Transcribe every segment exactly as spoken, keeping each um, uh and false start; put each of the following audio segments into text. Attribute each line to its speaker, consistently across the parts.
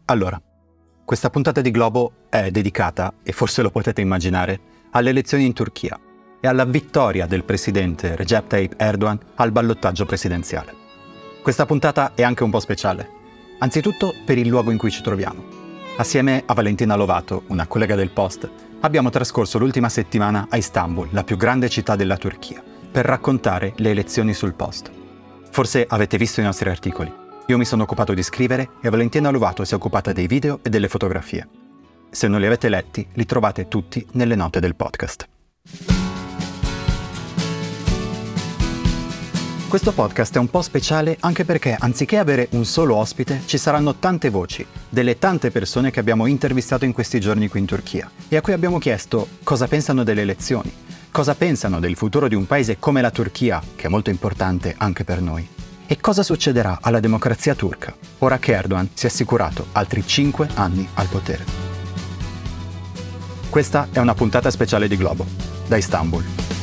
Speaker 1: Allora, questa puntata di Globo è dedicata, e forse lo potete immaginare, alle elezioni in Turchia e alla vittoria del presidente Recep Tayyip Erdogan al ballottaggio presidenziale. Questa puntata è anche un po' speciale, anzitutto per il luogo in cui ci troviamo. Assieme a Valentina Lovato, una collega del Post, abbiamo trascorso l'ultima settimana a Istanbul, la più grande città della Turchia, per raccontare le elezioni sul posto. Forse avete visto i nostri articoli. Io mi sono occupato di scrivere e Valentina Lovato si è occupata dei video e delle fotografie. Se non li avete letti, li trovate tutti nelle note del podcast. Questo podcast è un po' speciale anche perché, anziché avere un solo ospite, ci saranno tante voci, delle tante persone che abbiamo intervistato in questi giorni qui in Turchia e a cui abbiamo chiesto cosa pensano delle elezioni, cosa pensano del futuro di un paese come la Turchia, che è molto importante anche per noi. E cosa succederà alla democrazia turca, ora che Erdogan si è assicurato altri cinque anni al potere? Questa è una puntata speciale di Globo, da Istanbul.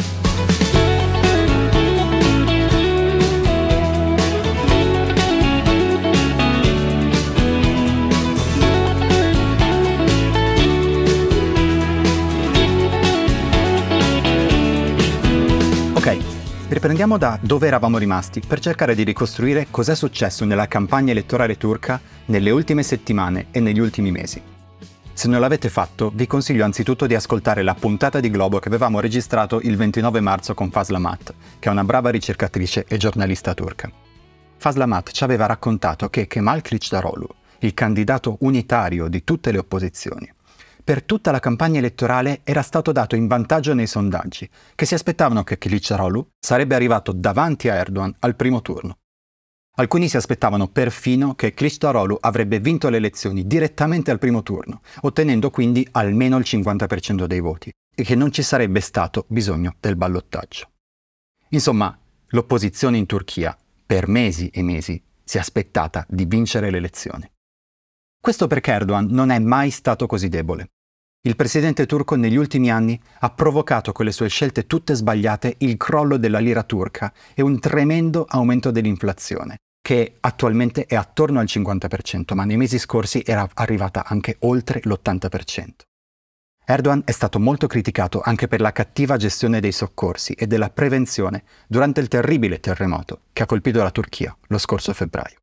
Speaker 1: Ok. Riprendiamo da dove eravamo rimasti per cercare di ricostruire cos'è successo nella campagna elettorale turca nelle ultime settimane e negli ultimi mesi. Se non l'avete fatto, vi consiglio anzitutto di ascoltare la puntata di Globo che avevamo registrato il ventinove marzo con Fazla Mat, che è una brava ricercatrice e giornalista turca. Fazla Mat ci aveva raccontato che Kemal Kılıçdaroğlu, il candidato unitario di tutte le opposizioni, per tutta la campagna elettorale era stato dato in vantaggio nei sondaggi, che si aspettavano che Kılıçdaroğlu sarebbe arrivato davanti a Erdogan al primo turno. Alcuni si aspettavano perfino che Kılıçdaroğlu avrebbe vinto le elezioni direttamente al primo turno, ottenendo quindi almeno il cinquanta per cento dei voti, e che non ci sarebbe stato bisogno del ballottaggio. Insomma, l'opposizione in Turchia, per mesi e mesi, si è aspettata di vincere le elezioni. Questo perché Erdogan non è mai stato così debole. Il presidente turco negli ultimi anni ha provocato con le sue scelte tutte sbagliate il crollo della lira turca e un tremendo aumento dell'inflazione, che attualmente è attorno al cinquanta per cento, ma nei mesi scorsi era arrivata anche oltre l'ottanta per cento. Erdogan è stato molto criticato anche per la cattiva gestione dei soccorsi e della prevenzione durante il terribile terremoto che ha colpito la Turchia lo scorso febbraio.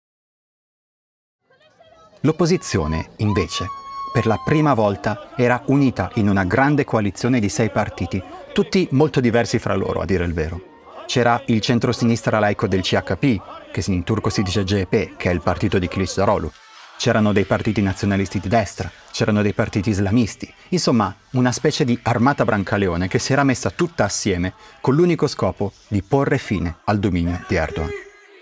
Speaker 1: L'opposizione, invece, per la prima volta era unita in una grande coalizione di sei partiti, tutti molto diversi fra loro, a dire il vero. C'era il centro-sinistra laico del C H P, che in turco si dice C H P, che è il partito di Kılıçdaroğlu. C'erano dei partiti nazionalisti di destra, c'erano dei partiti islamisti, insomma una specie di armata Brancaleone che si era messa tutta assieme con l'unico scopo di porre fine al dominio di Erdogan.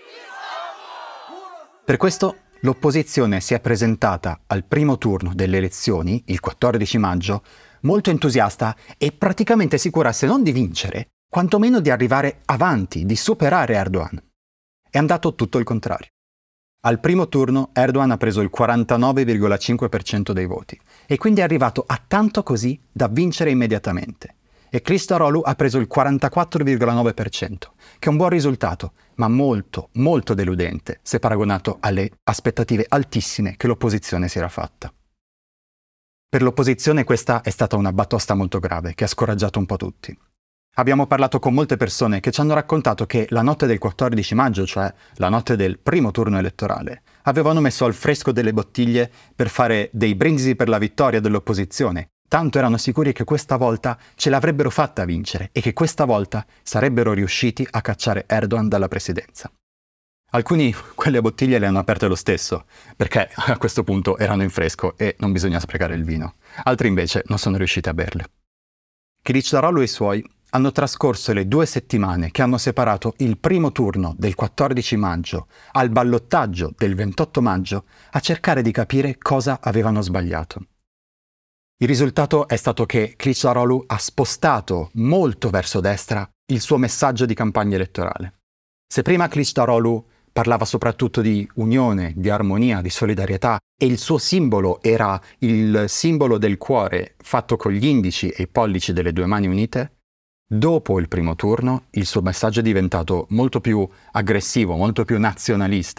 Speaker 1: Per questo l'opposizione si è presentata al primo turno delle elezioni, il quattordici maggio, molto entusiasta e praticamente sicura se non di vincere, quantomeno di arrivare avanti, di superare Erdogan. È andato tutto il contrario. Al primo turno Erdogan ha preso il quarantanove virgola cinque per cento dei voti e quindi è arrivato a tanto così da vincere immediatamente. E Kılıçdaroğlu ha preso il quarantaquattro virgola nove per cento, che è un buon risultato, ma molto, molto deludente se paragonato alle aspettative altissime che l'opposizione si era fatta. Per l'opposizione questa è stata una batosta molto grave, che ha scoraggiato un po' tutti. Abbiamo parlato con molte persone che ci hanno raccontato che la notte del quattordici maggio, cioè la notte del primo turno elettorale, avevano messo al fresco delle bottiglie per fare dei brindisi per la vittoria dell'opposizione. Tanto erano sicuri che questa volta ce l'avrebbero fatta vincere e che questa volta sarebbero riusciti a cacciare Erdogan dalla presidenza. Alcuni quelle bottiglie le hanno aperte lo stesso, perché a questo punto erano in fresco e non bisogna sprecare il vino. Altri invece non sono riusciti a berle. Kılıçdaroğlu e i suoi hanno trascorso le due settimane che hanno separato il primo turno del quattordici maggio al ballottaggio del ventotto maggio a cercare di capire cosa avevano sbagliato. Il risultato è stato che Kılıçdaroğlu ha spostato molto verso destra il suo messaggio di campagna elettorale. Se prima Kılıçdaroğlu parlava soprattutto di unione, di armonia, di solidarietà e il suo simbolo era il simbolo del cuore fatto con gli indici e i pollici delle due mani unite, dopo il primo turno il suo messaggio è diventato molto più aggressivo, molto più nazionalista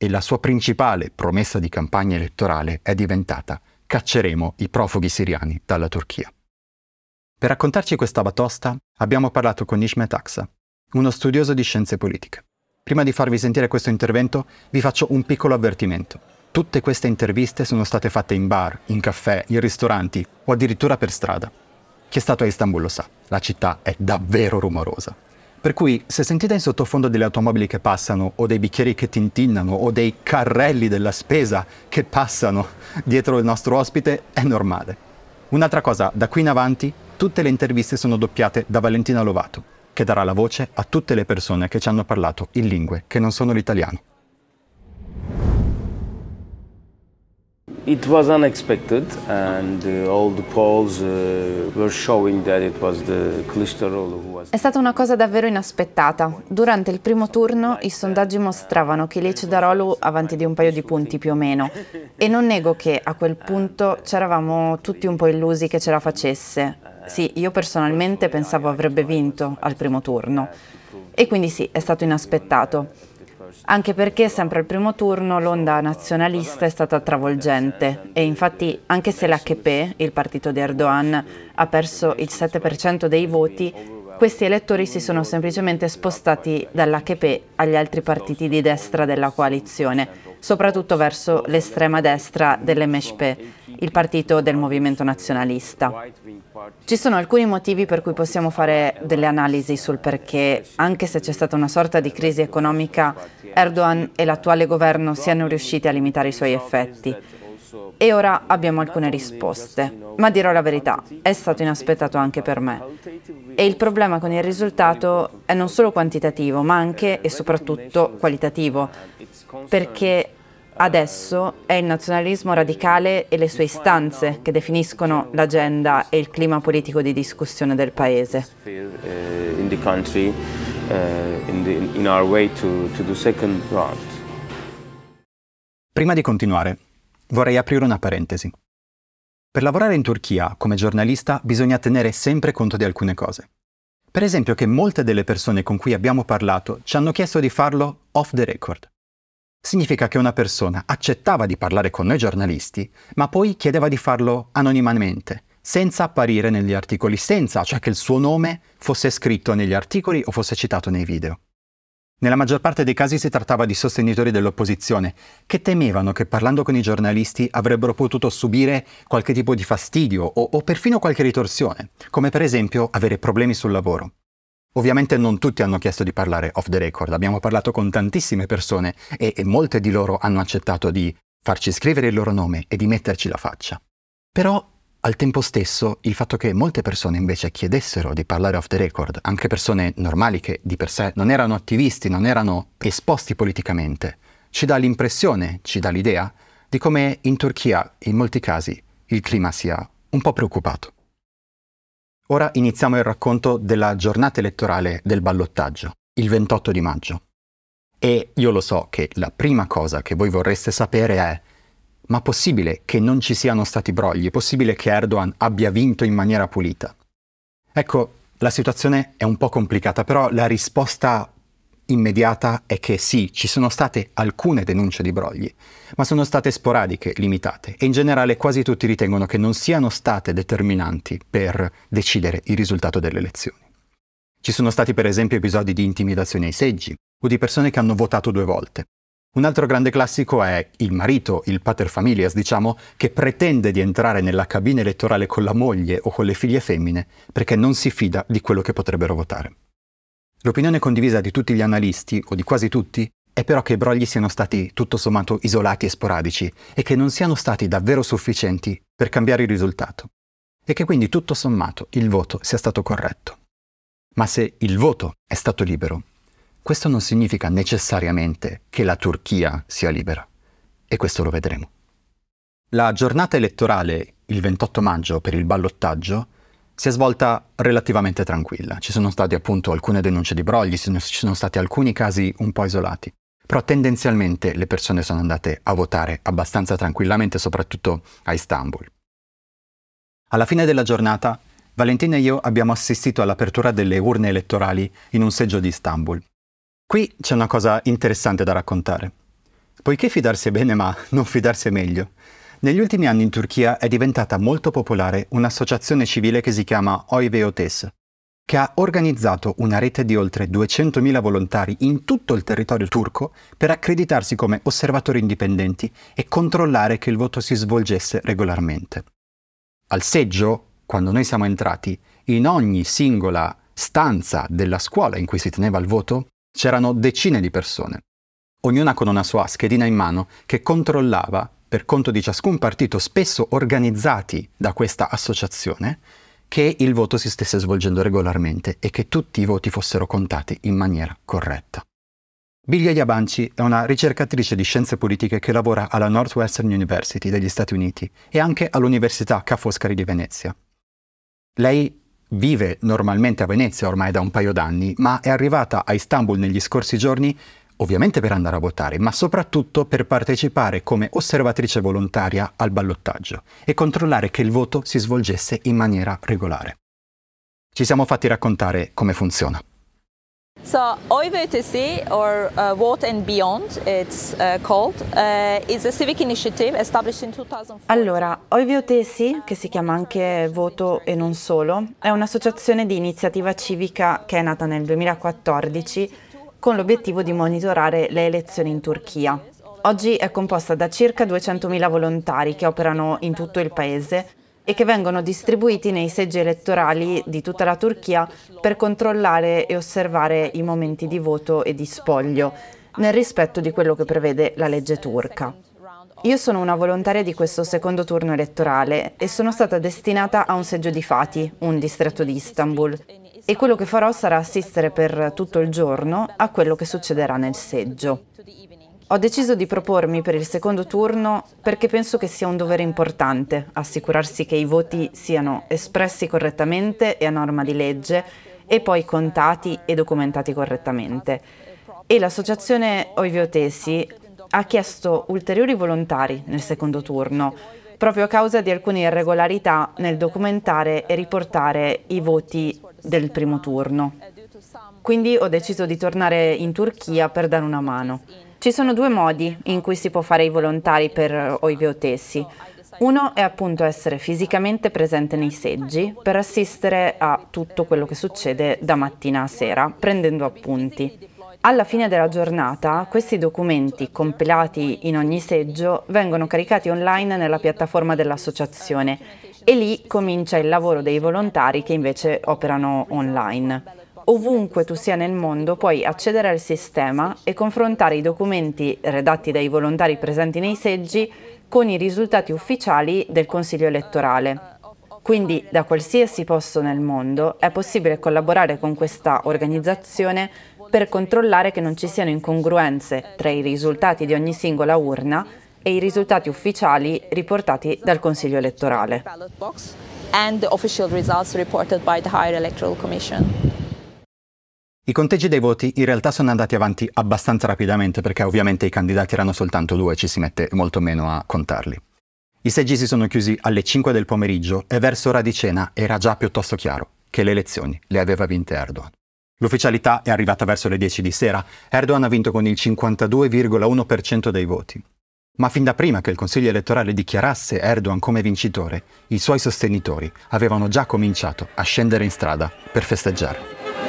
Speaker 1: e la sua principale promessa di campagna elettorale è diventata: cacceremo i profughi siriani dalla Turchia. Per raccontarci questa batosta abbiamo parlato con Hishmet Aksa, uno studioso di scienze politiche. Prima di farvi sentire questo intervento vi faccio un piccolo avvertimento. Tutte queste interviste sono state fatte in bar, in caffè, in ristoranti o addirittura per strada. Chi è stato a Istanbul lo sa, la città è davvero rumorosa. Per cui se sentite in sottofondo delle automobili che passano, o dei bicchieri che tintinnano, o dei carrelli della spesa che passano dietro il nostro ospite, è normale. Un'altra cosa, da qui in avanti tutte le interviste sono doppiate da Valentina Lovato, che darà la voce a tutte le persone che ci hanno parlato in lingue che non sono l'italiano.
Speaker 2: It was unexpected, and uh, all the polls uh, were showing that it was the Kılıçdaroğlu who was.
Speaker 3: È stata una cosa davvero inaspettata. Durante il primo turno i sondaggi mostravano Kılıçdaroğlu avanti di un paio di punti più o meno, e non nego che a quel punto c'eravamo tutti un po' illusi che ce la facesse. Sì, io personalmente pensavo avrebbe vinto al primo turno, e quindi sì, è stato inaspettato. Anche perché sempre al primo turno l'onda nazionalista è stata travolgente, e infatti anche se l'A K P, il partito di Erdogan, ha perso il sette per cento dei voti, questi elettori si sono semplicemente spostati dall'A K P agli altri partiti di destra della coalizione, soprattutto verso l'estrema destra dell'M S P, il partito del movimento nazionalista. Ci sono alcuni motivi per cui possiamo fare delle analisi sul perché, anche se c'è stata una sorta di crisi economica, Erdogan e l'attuale governo siano riusciti a limitare i suoi effetti. E ora abbiamo alcune risposte, ma dirò la verità, è stato inaspettato anche per me. E il problema con il risultato è non solo quantitativo, ma anche e soprattutto qualitativo, perché adesso è il nazionalismo radicale e le sue istanze che definiscono l'agenda e il clima politico di discussione del paese.
Speaker 2: In the country, uh, in, the, in our way to, to the second round.
Speaker 1: Prima di continuare, vorrei aprire una parentesi. Per lavorare in Turchia come giornalista bisogna tenere sempre conto di alcune cose. Per esempio che molte delle persone con cui abbiamo parlato ci hanno chiesto di farlo off the record. Significa che una persona accettava di parlare con noi giornalisti, ma poi chiedeva di farlo anonimamente, senza apparire negli articoli, senza, cioè che il suo nome fosse scritto negli articoli o fosse citato nei video. Nella maggior parte dei casi si trattava di sostenitori dell'opposizione, che temevano che parlando con i giornalisti avrebbero potuto subire qualche tipo di fastidio o, o perfino qualche ritorsione, come per esempio avere problemi sul lavoro. Ovviamente non tutti hanno chiesto di parlare off the record, abbiamo parlato con tantissime persone e, e molte di loro hanno accettato di farci scrivere il loro nome e di metterci la faccia. Però al tempo stesso il fatto che molte persone invece chiedessero di parlare off the record, anche persone normali che di per sé non erano attivisti, non erano esposti politicamente, ci dà l'impressione, ci dà l'idea di come in Turchia in molti casi il clima sia un po' preoccupato. Ora iniziamo il racconto della giornata elettorale del ballottaggio, il ventotto di maggio. E io lo so che la prima cosa che voi vorreste sapere è: ma possibile che non ci siano stati brogli? È possibile che Erdogan abbia vinto in maniera pulita? Ecco, la situazione è un po' complicata, però la risposta immediata è che sì, ci sono state alcune denunce di brogli, ma sono state sporadiche, limitate, e in generale quasi tutti ritengono che non siano state determinanti per decidere il risultato delle elezioni. Ci sono stati per esempio episodi di intimidazione ai seggi, o di persone che hanno votato due volte. Un altro grande classico è il marito, il paterfamilias, diciamo, che pretende di entrare nella cabina elettorale con la moglie o con le figlie femmine perché non si fida di quello che potrebbero votare. L'opinione condivisa di tutti gli analisti, o di quasi tutti, è però che i brogli siano stati tutto sommato isolati e sporadici e che non siano stati davvero sufficienti per cambiare il risultato. E che quindi tutto sommato il voto sia stato corretto. Ma se il voto è stato libero, questo non significa necessariamente che la Turchia sia libera. E questo lo vedremo. La giornata elettorale, il ventotto maggio, per il ballottaggio, si è svolta relativamente tranquilla. Ci sono state appunto alcune denunce di brogli, ci sono stati alcuni casi un po' isolati, però tendenzialmente le persone sono andate a votare abbastanza tranquillamente, soprattutto a Istanbul. Alla fine della giornata, Valentina e io abbiamo assistito all'apertura delle urne elettorali in un seggio di Istanbul. Qui c'è una cosa interessante da raccontare. Poiché fidarsi è bene ma non fidarsi è meglio, negli ultimi anni in Turchia è diventata molto popolare un'associazione civile che si chiama Oy ve Ötesi, che ha organizzato una rete di oltre duecentomila volontari in tutto il territorio turco per accreditarsi come osservatori indipendenti e controllare che il voto si svolgesse regolarmente. Al seggio, quando noi siamo entrati, in ogni singola stanza della scuola in cui si teneva il voto c'erano decine di persone, ognuna con una sua schedina in mano che controllava, per conto di ciascun partito, spesso organizzati da questa associazione, che il voto si stesse svolgendo regolarmente e che tutti i voti fossero contati in maniera corretta. Bilge Yabanci è una ricercatrice di scienze politiche che lavora alla Northwestern University degli Stati Uniti e anche all'Università Ca' Foscari di Venezia. Lei vive normalmente a Venezia ormai da un paio d'anni, ma è arrivata a Istanbul negli scorsi giorni ovviamente per andare a votare, ma soprattutto per partecipare come osservatrice volontaria al ballottaggio e controllare che il voto si svolgesse in maniera regolare. Ci siamo fatti raccontare come funziona.
Speaker 4: So Oy ve Ötesi, or uh, Vote and Beyond, it's uh, called, uh, is a civic initiative established in two thousand four.
Speaker 3: Allora, Oy ve Ötesi, che si chiama anche Voto e non solo, è un'associazione di iniziativa civica che è nata nel duemilaquattordici con l'obiettivo di monitorare le elezioni in Turchia. Oggi è composta da circa duecentomila volontari che operano in tutto il paese e che vengono distribuiti nei seggi elettorali di tutta la Turchia per controllare e osservare i momenti di voto e di spoglio, nel rispetto di quello che prevede la legge turca. Io sono una volontaria di questo secondo turno elettorale e sono stata destinata a un seggio di Fatih, un distretto di Istanbul, e quello che farò sarà assistere per tutto il giorno a quello che succederà nel seggio. Ho deciso di propormi per il secondo turno perché penso che sia un dovere importante assicurarsi che i voti siano espressi correttamente e a norma di legge e poi contati e documentati correttamente. E l'associazione Oy ve Ötesi ha chiesto ulteriori volontari nel secondo turno, proprio a causa di alcune irregolarità nel documentare e riportare i voti del primo turno. Quindi ho deciso di tornare in Turchia per dare una mano. Ci sono due modi in cui si può fare i volontari per Oy ve Ötesi. Uno è appunto essere fisicamente presente nei seggi per assistere a tutto quello che succede da mattina a sera, prendendo appunti. Alla fine della giornata, questi documenti compilati in ogni seggio vengono caricati online nella piattaforma dell'associazione e lì comincia il lavoro dei volontari che invece operano online. Ovunque tu sia nel mondo puoi accedere al sistema e confrontare i documenti redatti dai volontari presenti nei seggi con i risultati ufficiali del Consiglio elettorale. Quindi da qualsiasi posto nel mondo è possibile collaborare con questa organizzazione per controllare che non ci siano incongruenze tra i risultati di ogni singola urna e i risultati ufficiali riportati dal Consiglio elettorale.
Speaker 4: And the official results reported by the Higher Electoral Commission.
Speaker 1: I conteggi dei voti in realtà sono andati avanti abbastanza rapidamente perché ovviamente i candidati erano soltanto due e ci si mette molto meno a contarli. I seggi si sono chiusi alle cinque del pomeriggio e verso ora di cena era già piuttosto chiaro che le elezioni le aveva vinte Erdogan. L'ufficialità è arrivata verso le dieci di sera. Erdogan ha vinto con il cinquantadue virgola uno per cento dei voti. Ma fin da prima che il Consiglio elettorale dichiarasse Erdogan come vincitore, i suoi sostenitori avevano già cominciato a scendere in strada per festeggiare.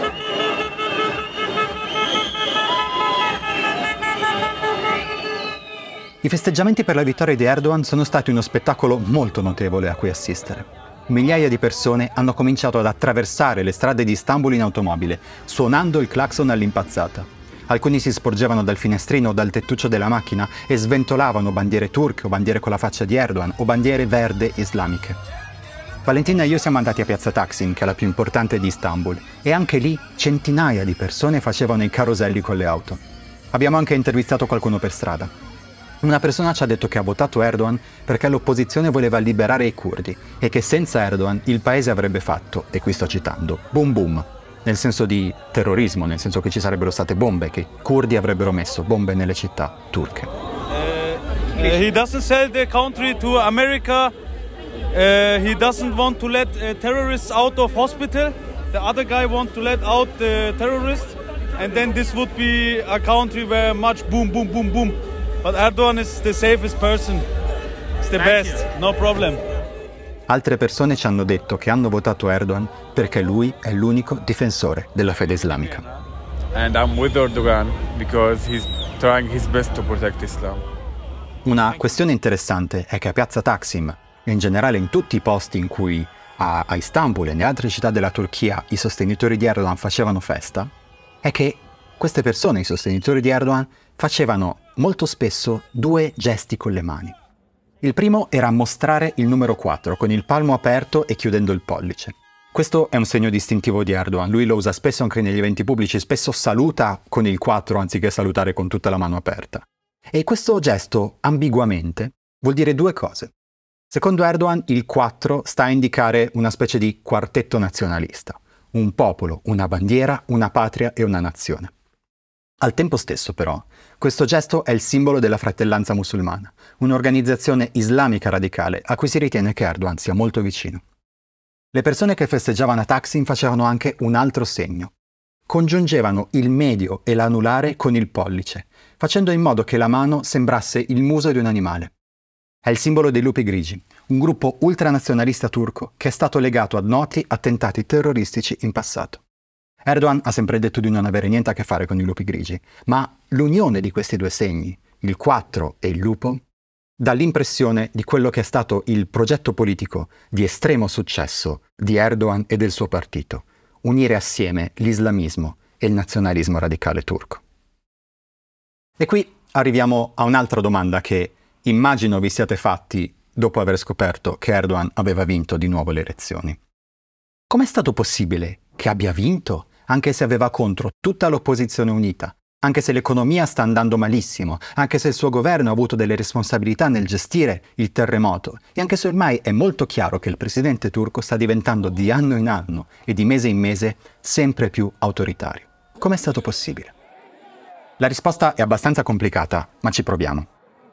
Speaker 1: I festeggiamenti per la vittoria di Erdogan sono stati uno spettacolo molto notevole a cui assistere. Migliaia di persone hanno cominciato ad attraversare le strade di Istanbul in automobile, suonando il clacson all'impazzata. Alcuni si sporgevano dal finestrino o dal tettuccio della macchina e sventolavano bandiere turche o bandiere con la faccia di Erdogan o bandiere verde islamiche. Valentina e io siamo andati a Piazza Taksim, che è la più importante di Istanbul, e anche lì centinaia di persone facevano i caroselli con le auto. Abbiamo anche intervistato qualcuno per strada. Una persona ci ha detto che ha votato Erdogan perché l'opposizione voleva liberare i curdi e che senza Erdogan il paese avrebbe fatto, e qui sto citando, boom boom, nel senso di terrorismo, nel senso che ci sarebbero state bombe, che i curdi avrebbero messo bombe nelle città turche.
Speaker 5: Uh, he doesn't sell the country to America. Uh, he doesn't want to let uh, terrorists out of hospital. The other guy wants to let out the terrorists, and then this would be a country where much boom boom boom boom. But Erdogan is the safest person. It's the best, no problem.
Speaker 1: Altre persone ci hanno detto che hanno votato Erdogan perché lui è l'unico difensore della fede islamica.
Speaker 6: And I'm with Erdogan because he's trying his best to protect Islam.
Speaker 1: Una questione interessante è che a Piazza Taksim, e in generale in tutti i posti in cui a, a Istanbul e nelle altre città della Turchia i sostenitori di Erdogan facevano festa, è che queste persone, i sostenitori di Erdogan, facevano molto spesso due gesti con le mani. Il primo era mostrare il numero quattro con il palmo aperto e chiudendo il pollice. Questo è un segno distintivo di Erdogan, lui lo usa spesso anche negli eventi pubblici, spesso saluta con il quattro anziché salutare con tutta la mano aperta. E questo gesto, ambiguamente, vuol dire due cose. Secondo Erdogan, il quattro sta a indicare una specie di quartetto nazionalista, un popolo, una bandiera, una patria e una nazione. Al tempo stesso, però, questo gesto è il simbolo della Fratellanza Musulmana, un'organizzazione islamica radicale a cui si ritiene che Erdogan sia molto vicino. Le persone che festeggiavano a Taksim facevano anche un altro segno. Congiungevano il medio e l'anulare con il pollice, facendo in modo che la mano sembrasse il muso di un animale. È il simbolo dei Lupi Grigi, un gruppo ultranazionalista turco che è stato legato a noti attentati terroristici in passato. Erdogan ha sempre detto di non avere niente a che fare con i Lupi Grigi, ma l'unione di questi due segni, il quattro e il lupo, dà l'impressione di quello che è stato il progetto politico di estremo successo di Erdogan e del suo partito, unire assieme l'islamismo e il nazionalismo radicale turco. E qui arriviamo a un'altra domanda che immagino vi siate fatti dopo aver scoperto che Erdogan aveva vinto di nuovo le elezioni. Com'è stato possibile che abbia vinto, anche se aveva contro tutta l'opposizione unita, anche se l'economia sta andando malissimo, anche se il suo governo ha avuto delle responsabilità nel gestire il terremoto, e anche se ormai è molto chiaro che il presidente turco sta diventando di anno in anno e di mese in mese sempre più autoritario? Com'è stato possibile? La risposta è abbastanza complicata, ma ci proviamo.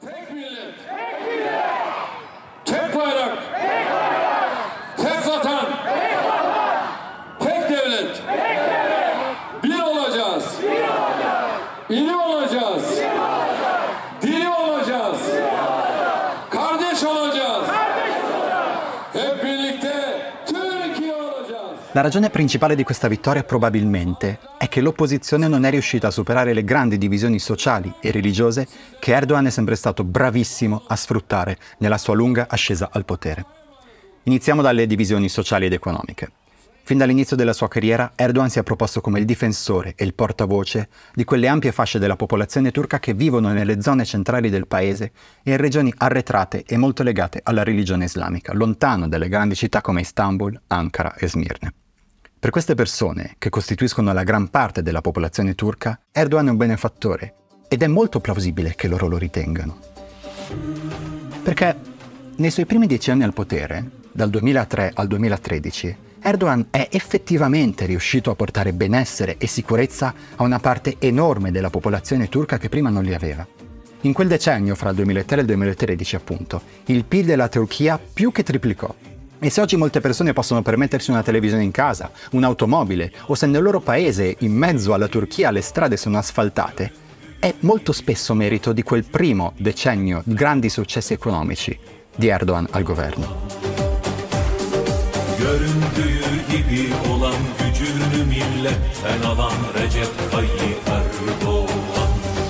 Speaker 1: La ragione principale di questa vittoria probabilmente è che l'opposizione non è riuscita a superare le grandi divisioni sociali e religiose che Erdogan è sempre stato bravissimo a sfruttare nella sua lunga ascesa al potere. Iniziamo dalle divisioni sociali ed economiche. Fin dall'inizio della sua carriera, Erdogan si è proposto come il difensore e il portavoce di quelle ampie fasce della popolazione turca che vivono nelle zone centrali del paese e in regioni arretrate e molto legate alla religione islamica, lontano dalle grandi città come Istanbul, Ankara e Smirne. Per queste persone, che costituiscono la gran parte della popolazione turca, Erdogan è un benefattore ed è molto plausibile che loro lo ritengano. Perché nei suoi primi dieci anni al potere, dal duemilatré al duemilatredici, Erdogan è effettivamente riuscito a portare benessere e sicurezza a una parte enorme della popolazione turca che prima non li aveva. In quel decennio, fra il duemilatré e il duemilatredici appunto, il P I L della Turchia più che triplicò. E se oggi molte persone possono permettersi una televisione in casa, un'automobile, o se nel loro paese, in mezzo alla Turchia, le strade sono asfaltate, è molto spesso merito di quel primo decennio di grandi successi economici di Erdogan al governo.
Speaker 7: Göründüğü gibi olan gücünü milletten alan Recep Tayyip Erdoğan.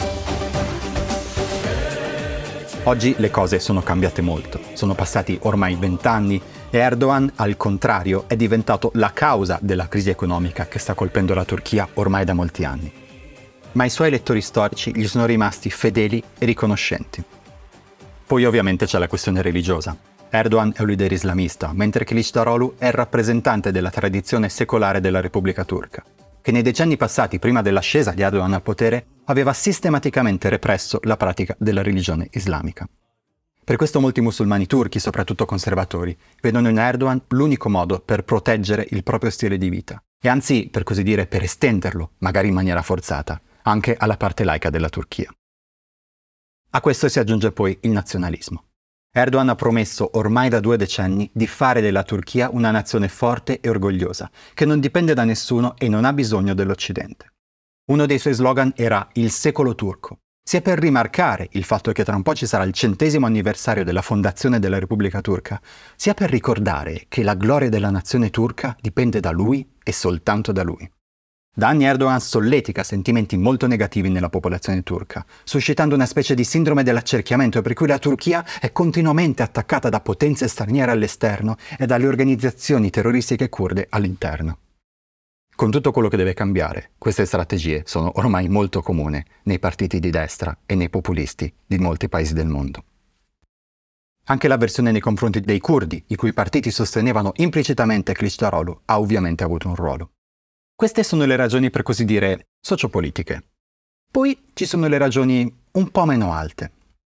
Speaker 1: Oggi le cose sono cambiate molto, sono passati ormai vent'anni e Erdogan, al contrario, è diventato la causa della crisi economica che sta colpendo la Turchia ormai da molti anni. Ma i suoi elettori storici gli sono rimasti fedeli e riconoscenti. Poi ovviamente c'è la questione religiosa. Erdogan è un leader islamista, mentre Kılıçdaroğlu è il rappresentante della tradizione secolare della Repubblica Turca, che nei decenni passati, prima dell'ascesa di Erdogan al potere, aveva sistematicamente represso la pratica della religione islamica. Per questo molti musulmani turchi, soprattutto conservatori, vedono in Erdogan l'unico modo per proteggere il proprio stile di vita, e anzi, per così dire, per estenderlo, magari in maniera forzata, anche alla parte laica della Turchia. A questo si aggiunge poi il nazionalismo. Erdogan ha promesso ormai da due decenni di fare della Turchia una nazione forte e orgogliosa, che non dipende da nessuno e non ha bisogno dell'Occidente. Uno dei suoi slogan era il secolo turco, sia per rimarcare il fatto che tra un po' ci sarà il centesimo anniversario della fondazione della Repubblica Turca, sia per ricordare che la gloria della nazione turca dipende da lui e soltanto da lui. Da anni Erdogan solletica sentimenti molto negativi nella popolazione turca, suscitando una specie di sindrome dell'accerchiamento per cui la Turchia è continuamente attaccata da potenze straniere all'esterno e dalle organizzazioni terroristiche kurde all'interno. Con tutto quello che deve cambiare, queste strategie sono ormai molto comuni nei partiti di destra e nei populisti di molti paesi del mondo. Anche l'avversione nei confronti dei curdi, i cui partiti sostenevano implicitamente Kılıçdaroğlu, ha ovviamente avuto un ruolo. Queste sono le ragioni, per così dire, sociopolitiche. Poi ci sono le ragioni un po' meno alte.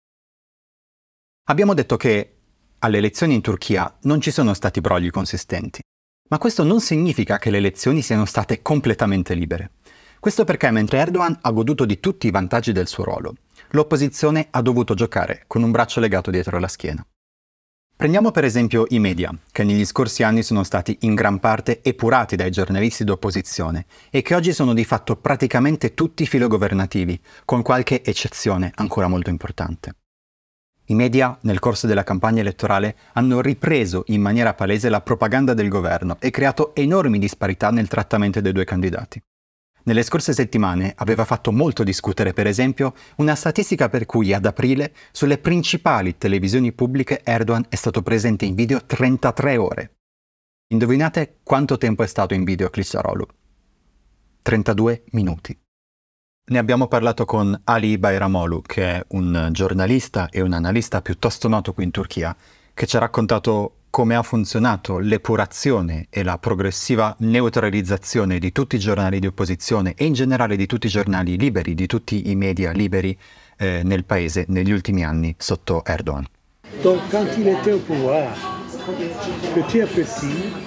Speaker 1: Abbiamo detto che alle elezioni in Turchia non ci sono stati brogli consistenti. Ma questo non significa che le elezioni siano state completamente libere. Questo perché mentre Erdogan ha goduto di tutti i vantaggi del suo ruolo, l'opposizione ha dovuto giocare con un braccio legato dietro la schiena. Prendiamo per esempio i media, che negli scorsi anni sono stati in gran parte epurati dai giornalisti d'opposizione e che oggi sono di fatto praticamente tutti filogovernativi, con qualche eccezione ancora molto importante. I media, nel corso della campagna elettorale, hanno ripreso in maniera palese la propaganda del governo e creato enormi disparità nel trattamento dei due candidati. Nelle scorse settimane aveva fatto molto discutere, per esempio, una statistica per cui ad aprile sulle principali televisioni pubbliche Erdogan è stato presente in video trentatré ore. Indovinate quanto tempo è stato in video Kılıçdaroğlu? trentadue minuti. Ne abbiamo parlato con Ali Bayramoğlu, che è un giornalista e un analista piuttosto noto qui in Turchia, che ci ha raccontato come ha funzionato l'epurazione e la progressiva neutralizzazione di tutti i giornali di opposizione e in generale di tutti i giornali liberi, di tutti i media liberi eh, nel paese negli ultimi anni sotto Erdogan.
Speaker 8: Donc quand il était au pouvoir, petit à petit,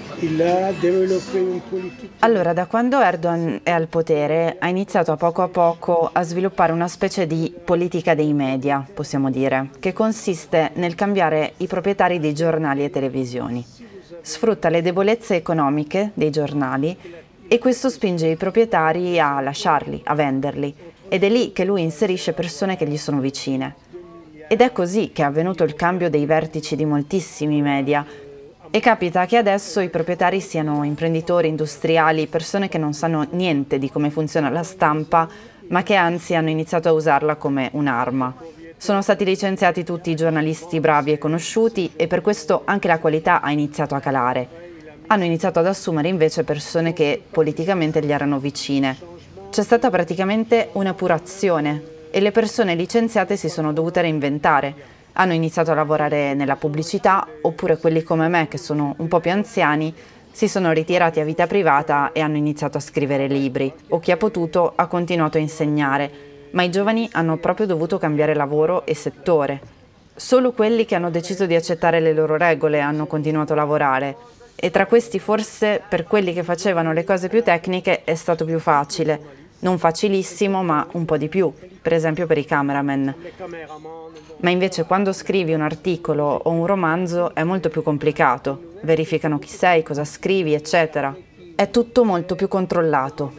Speaker 3: Allora, da quando Erdogan è al potere, ha iniziato a poco a poco a sviluppare una specie di politica dei media, possiamo dire, che consiste nel cambiare i proprietari dei giornali e televisioni. Sfrutta le debolezze economiche dei giornali e questo spinge i proprietari a lasciarli, a venderli, ed è lì che lui inserisce persone che gli sono vicine. Ed è così che è avvenuto il cambio dei vertici di moltissimi media. E capita che adesso i proprietari siano imprenditori, industriali, persone che non sanno niente di come funziona la stampa, ma che anzi hanno iniziato a usarla come un'arma. Sono stati licenziati tutti i giornalisti bravi e conosciuti e per questo anche la qualità ha iniziato a calare. Hanno iniziato ad assumere invece persone che politicamente gli erano vicine. C'è stata praticamente un'epurazione e le persone licenziate si sono dovute reinventare. Hanno iniziato a lavorare nella pubblicità, oppure quelli come me, che sono un po' più anziani, si sono ritirati a vita privata e hanno iniziato a scrivere libri, o chi ha potuto ha continuato a insegnare, ma i giovani hanno proprio dovuto cambiare lavoro e settore. Solo quelli che hanno deciso di accettare le loro regole hanno continuato a lavorare, e tra questi forse per quelli che facevano le cose più tecniche è stato più facile. Non facilissimo, ma un po' di più, per esempio per i cameraman. Ma invece quando scrivi un articolo o un romanzo è molto più complicato. Verificano chi sei, cosa scrivi, eccetera. È tutto molto più controllato.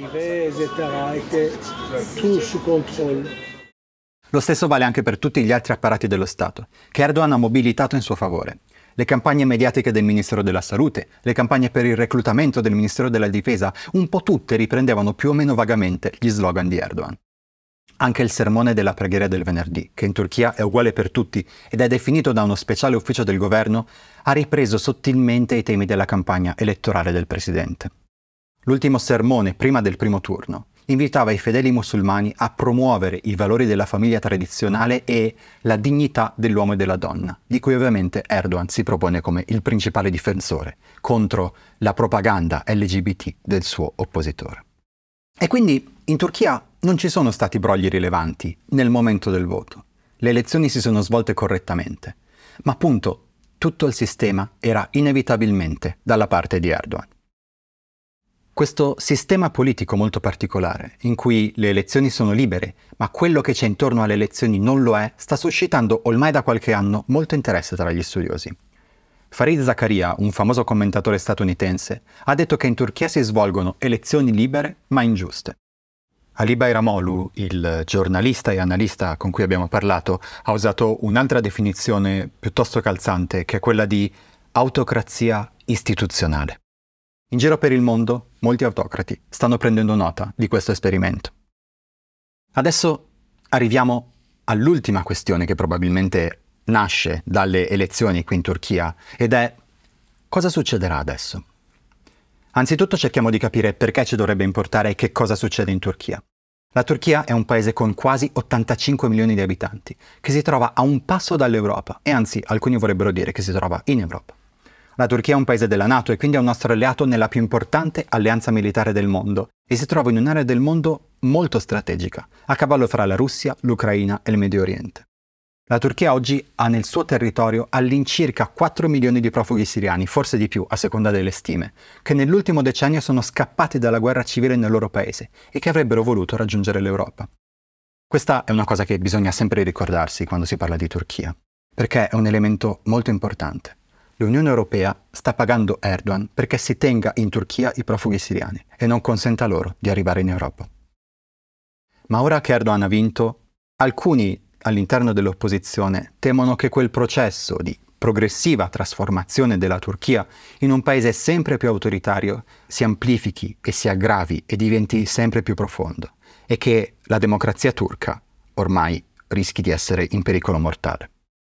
Speaker 1: Lo stesso vale anche per tutti gli altri apparati dello Stato, che Erdogan ha mobilitato in suo favore. Le campagne mediatiche del Ministero della Salute, le campagne per il reclutamento del Ministero della Difesa, un po' tutte riprendevano più o meno vagamente gli slogan di Erdogan. Anche il sermone della preghiera del venerdì, che in Turchia è uguale per tutti ed è definito da uno speciale ufficio del governo, ha ripreso sottilmente i temi della campagna elettorale del presidente. L'ultimo sermone, prima del primo turno, invitava i fedeli musulmani a promuovere i valori della famiglia tradizionale e la dignità dell'uomo e della donna, di cui ovviamente Erdogan si propone come il principale difensore contro la propaganda L G B T del suo oppositore. E quindi in Turchia non ci sono stati brogli rilevanti nel momento del voto. Le elezioni si sono svolte correttamente, ma appunto tutto il sistema era inevitabilmente dalla parte di Erdogan. Questo sistema politico molto particolare, in cui le elezioni sono libere, ma quello che c'è intorno alle elezioni non lo è, sta suscitando ormai da qualche anno molto interesse tra gli studiosi. Fareed Zakaria, un famoso commentatore statunitense, ha detto che in Turchia si svolgono elezioni libere ma ingiuste. Ali Bayramoglu, il giornalista e analista con cui abbiamo parlato, ha usato un'altra definizione piuttosto calzante, che è quella di autocrazia istituzionale. In giro per il mondo, molti autocrati stanno prendendo nota di questo esperimento. Adesso arriviamo all'ultima questione che probabilmente nasce dalle elezioni qui in Turchia, ed è: cosa succederà adesso? Anzitutto cerchiamo di capire perché ci dovrebbe importare che cosa succede in Turchia. La Turchia è un paese con quasi ottantacinque milioni di abitanti, che si trova a un passo dall'Europa, e anzi alcuni vorrebbero dire che si trova in Europa. La Turchia è un paese della NATO e quindi è un nostro alleato nella più importante alleanza militare del mondo, e si trova in un'area del mondo molto strategica, a cavallo fra la Russia, l'Ucraina e il Medio Oriente. La Turchia oggi ha nel suo territorio all'incirca quattro milioni di profughi siriani, forse di più a seconda delle stime, che nell'ultimo decennio sono scappati dalla guerra civile nel loro paese e che avrebbero voluto raggiungere l'Europa. Questa è una cosa che bisogna sempre ricordarsi quando si parla di Turchia, perché è un elemento molto importante. L'Unione Europea sta pagando Erdogan perché si tenga in Turchia i profughi siriani e non consenta loro di arrivare in Europa. Ma ora che Erdogan ha vinto, alcuni all'interno dell'opposizione temono che quel processo di progressiva trasformazione della Turchia in un paese sempre più autoritario si amplifichi e si aggravi e diventi sempre più profondo, e che la democrazia turca ormai rischi di essere in pericolo mortale.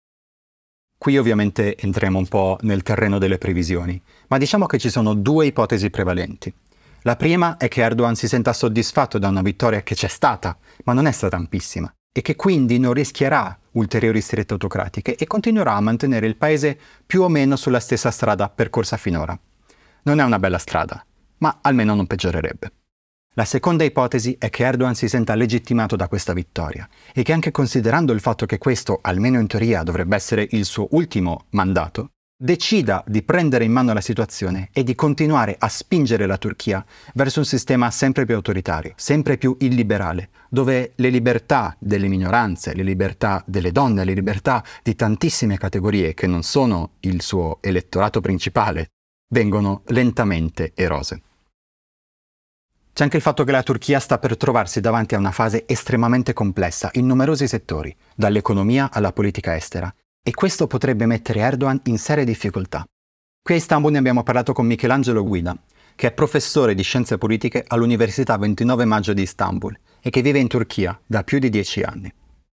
Speaker 1: Qui ovviamente entriamo un po' nel terreno delle previsioni, ma diciamo che ci sono due ipotesi prevalenti. La prima è che Erdogan si senta soddisfatto da una vittoria che c'è stata, ma non è stata ampissima, e che quindi non rischierà ulteriori strette autocratiche e continuerà a mantenere il paese più o meno sulla stessa strada percorsa finora. Non è una bella strada, ma almeno non peggiorerebbe. La seconda ipotesi è che Erdogan si senta legittimato da questa vittoria e che, anche considerando il fatto che questo, almeno in teoria, dovrebbe essere il suo ultimo mandato, decida di prendere in mano la situazione e di continuare a spingere la Turchia verso un sistema sempre più autoritario, sempre più illiberale, dove le libertà delle minoranze, le libertà delle donne, le libertà di tantissime categorie che non sono il suo elettorato principale, vengono lentamente erose. C'è anche il fatto che la Turchia sta per trovarsi davanti a una fase estremamente complessa in numerosi settori, dall'economia alla politica estera, e questo potrebbe mettere Erdogan in serie difficoltà. Qui a Istanbul ne abbiamo parlato con Michelangelo Guida, che è professore di scienze politiche all'Università ventinove Maggio di Istanbul e che vive in Turchia da più di dieci anni.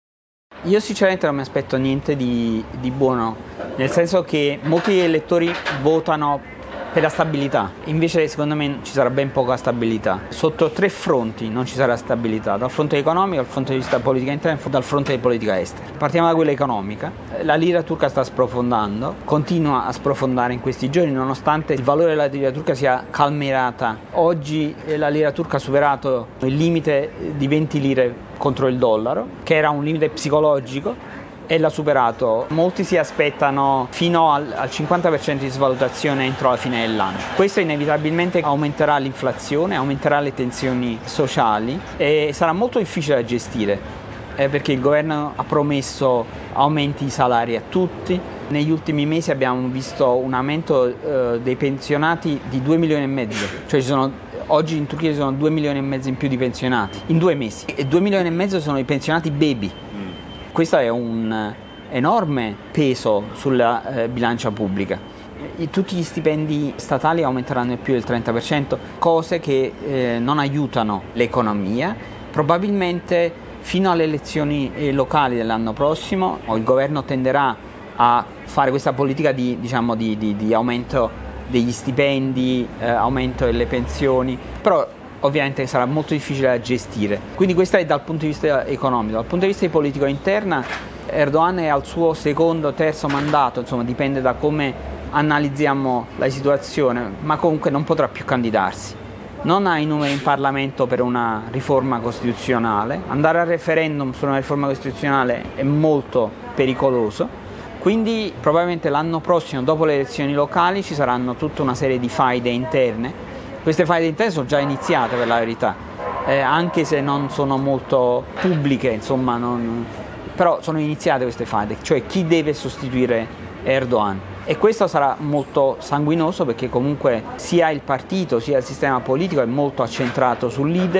Speaker 9: Io sinceramente non mi aspetto niente di, di buono, nel senso che molti elettori votano per la stabilità, invece secondo me ci sarà ben poca stabilità. Sotto tre fronti non ci sarà stabilità: dal fronte economico, dal punto di vista politica interna e dal fronte di politica estera. Partiamo da quella economica. La lira turca sta sprofondando, continua a sprofondare in questi giorni nonostante il valore della lira turca sia calmierata. Oggi la lira turca ha superato il limite di venti lire contro il dollaro, che era un limite psicologico, e l'ha superato. Molti si aspettano fino al, al cinquanta per cento di svalutazione entro la fine dell'anno. Questo inevitabilmente aumenterà l'inflazione, aumenterà le tensioni sociali e sarà molto difficile da gestire, eh, perché il governo ha promesso aumenti di salari a tutti. Negli ultimi mesi abbiamo visto un aumento eh, dei pensionati di due milioni e mezzo, cioè ci sono oggi in Turchia ci sono due milioni e mezzo in più di pensionati in due mesi, e due milioni e mezzo sono i pensionati baby. Questo è un enorme peso sulla eh, bilancia pubblica. E tutti gli stipendi statali aumenteranno di più del trenta per cento, cose che eh, non aiutano l'economia. Probabilmente fino alle elezioni eh, locali dell'anno prossimo il governo tenderà a fare questa politica di, diciamo, di, di, di aumento degli stipendi, eh, aumento delle pensioni, però ovviamente sarà molto difficile da gestire. Quindi questo è dal punto di vista economico. Dal punto di vista di politica interna, Erdogan è al suo secondo, terzo mandato, insomma dipende da come analizziamo la situazione, ma comunque non potrà più candidarsi. Non ha i numeri in Parlamento per una riforma costituzionale, andare al referendum su una riforma costituzionale è molto pericoloso, quindi probabilmente l'anno prossimo, dopo le elezioni locali, ci saranno tutta una serie di faide interne. Queste faide interne sono già iniziate, per la verità, eh, anche se non sono molto pubbliche, insomma, non... però sono iniziate queste faide, cioè chi deve sostituire Erdogan. E questo sarà molto sanguinoso perché comunque sia il partito sia il sistema politico è molto accentrato sul leader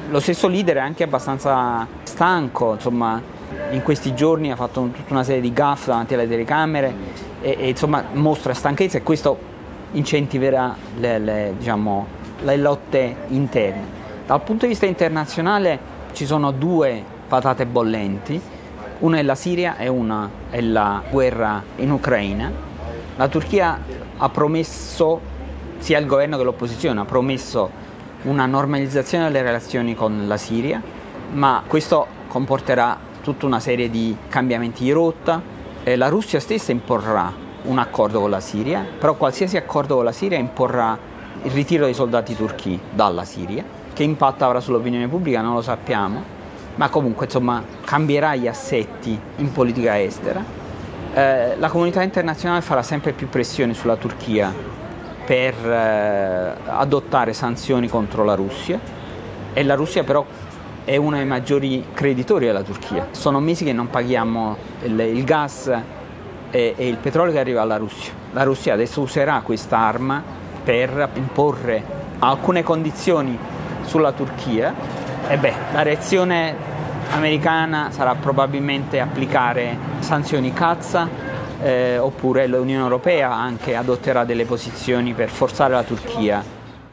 Speaker 9: Lo stesso leader è anche abbastanza stanco, insomma, in questi giorni ha fatto tutta una serie di gaffe davanti alle telecamere e, e insomma mostra stanchezza, e questo incentiverà le, le, diciamo, le lotte interne. Dal punto di vista internazionale ci sono due patate bollenti, una è la Siria e una è la guerra in Ucraina. La Turchia ha promesso, sia il governo che l'opposizione, ha promesso una normalizzazione delle relazioni con la Siria, ma questo comporterà tutta una serie di cambiamenti di rotta. Eh, la Russia stessa imporrà un accordo con la Siria, però qualsiasi accordo con la Siria imporrà il ritiro dei soldati turchi dalla Siria. Che impatto avrà sull'opinione pubblica non lo sappiamo, ma comunque insomma cambierà gli assetti in politica estera. Eh, la comunità internazionale farà sempre più pressione sulla Turchia per eh, adottare sanzioni contro la Russia, e la Russia però è uno dei maggiori creditori della Turchia. Sono mesi che non paghiamo il, il gas e, e il petrolio che arriva alla Russia. La Russia adesso userà questa arma per imporre alcune condizioni sulla Turchia, e beh, la reazione americana sarà probabilmente applicare sanzioni cazza, eh, oppure l'Unione Europea anche adotterà delle posizioni per forzare la Turchia.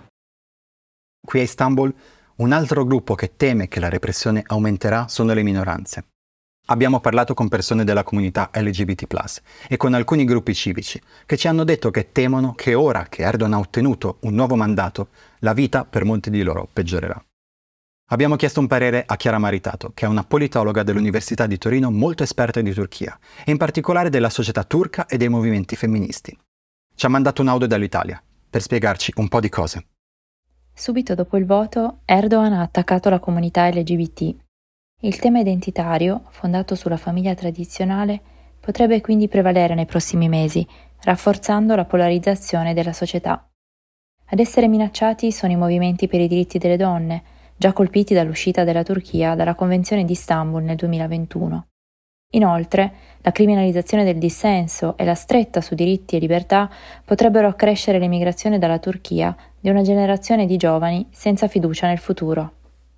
Speaker 1: Qui a Istanbul un altro gruppo che teme che la repressione aumenterà sono le minoranze. Abbiamo parlato con persone della comunità L G B T plus, e con alcuni gruppi civici che ci hanno detto che temono che ora che Erdogan ha ottenuto un nuovo mandato, la vita per molti di loro peggiorerà. Abbiamo chiesto un parere a Chiara Maritato, che è una politologa dell'Università di Torino molto esperta di Turchia, e in particolare della società turca e dei movimenti femministi. Ci ha mandato un audio dall'Italia per spiegarci un po' di cose.
Speaker 10: Subito dopo il voto, Erdogan ha attaccato la comunità L G B T. Il tema identitario, fondato sulla famiglia tradizionale, potrebbe quindi prevalere nei prossimi mesi, rafforzando la polarizzazione della società. Ad essere minacciati sono i movimenti per i diritti delle donne, già colpiti dall'uscita della Turchia dalla Convenzione di Istanbul nel duemilaventuno. Inoltre, la criminalizzazione del dissenso e la stretta su diritti e libertà potrebbero accrescere l'emigrazione dalla Turchia di una generazione di giovani senza fiducia nel futuro.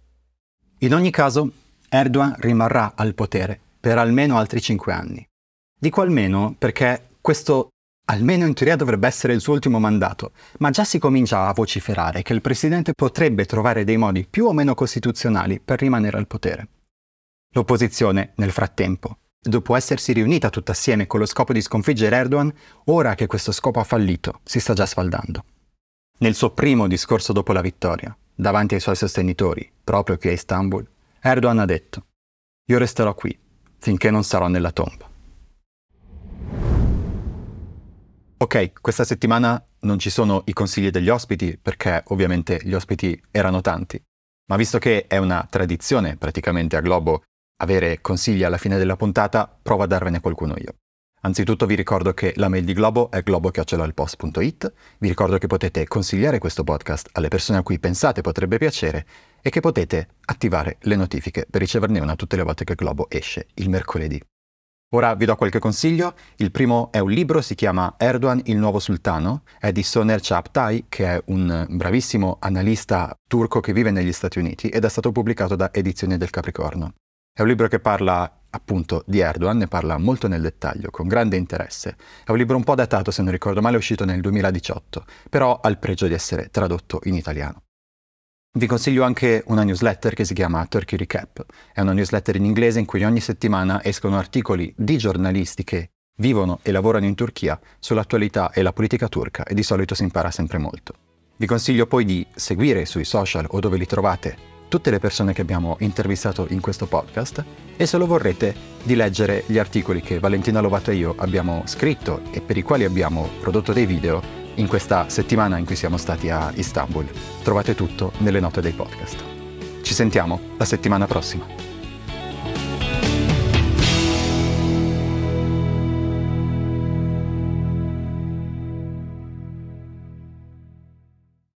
Speaker 1: In ogni caso, Erdogan rimarrà al potere per almeno altri cinque anni. Dico almeno perché questo almeno in teoria dovrebbe essere il suo ultimo mandato, ma già si comincia a vociferare che il presidente potrebbe trovare dei modi più o meno costituzionali per rimanere al potere. L'opposizione, nel frattempo, dopo essersi riunita tutta assieme con lo scopo di sconfiggere Erdogan, ora che questo scopo ha fallito, si sta già sfaldando. Nel suo primo discorso dopo la vittoria, davanti ai suoi sostenitori, proprio qui a Istanbul, Erdogan ha detto: «Io resterò qui finché non sarò nella tomba». Ok, questa settimana non ci sono i consigli degli ospiti, perché ovviamente gli ospiti erano tanti, ma visto che è una tradizione praticamente a Globo avere consigli alla fine della puntata, provo a darvene qualcuno io. Anzitutto vi ricordo che la mail di Globo è globo chiocciola il post punto it, vi ricordo che potete consigliare questo podcast alle persone a cui pensate potrebbe piacere e che potete attivare le notifiche per riceverne una tutte le volte che Globo esce il mercoledì. Ora vi do qualche consiglio. Il primo è un libro, si chiama Erdogan, il nuovo sultano, è di Soner Çağatay, che è un bravissimo analista turco che vive negli Stati Uniti ed è stato pubblicato da Edizioni del Capricorno. È un libro che parla appunto di Erdogan, ne parla molto nel dettaglio, con grande interesse. È un libro un po' datato, se non ricordo male, è uscito nel duemiladiciotto, però ha il pregio di essere tradotto in italiano. Vi consiglio anche una newsletter che si chiama Turkey Recap. È una newsletter in inglese in cui ogni settimana escono articoli di giornalisti che vivono e lavorano in Turchia sull'attualità e la politica turca, e di solito si impara sempre molto. Vi consiglio poi di seguire sui social o dove li trovate tutte le persone che abbiamo intervistato in questo podcast, e se lo vorrete di leggere gli articoli che Valentina Lovato e io abbiamo scritto e per i quali abbiamo prodotto dei video in questa settimana in cui siamo stati a Istanbul. Trovate tutto nelle note dei podcast. Ci sentiamo la settimana prossima.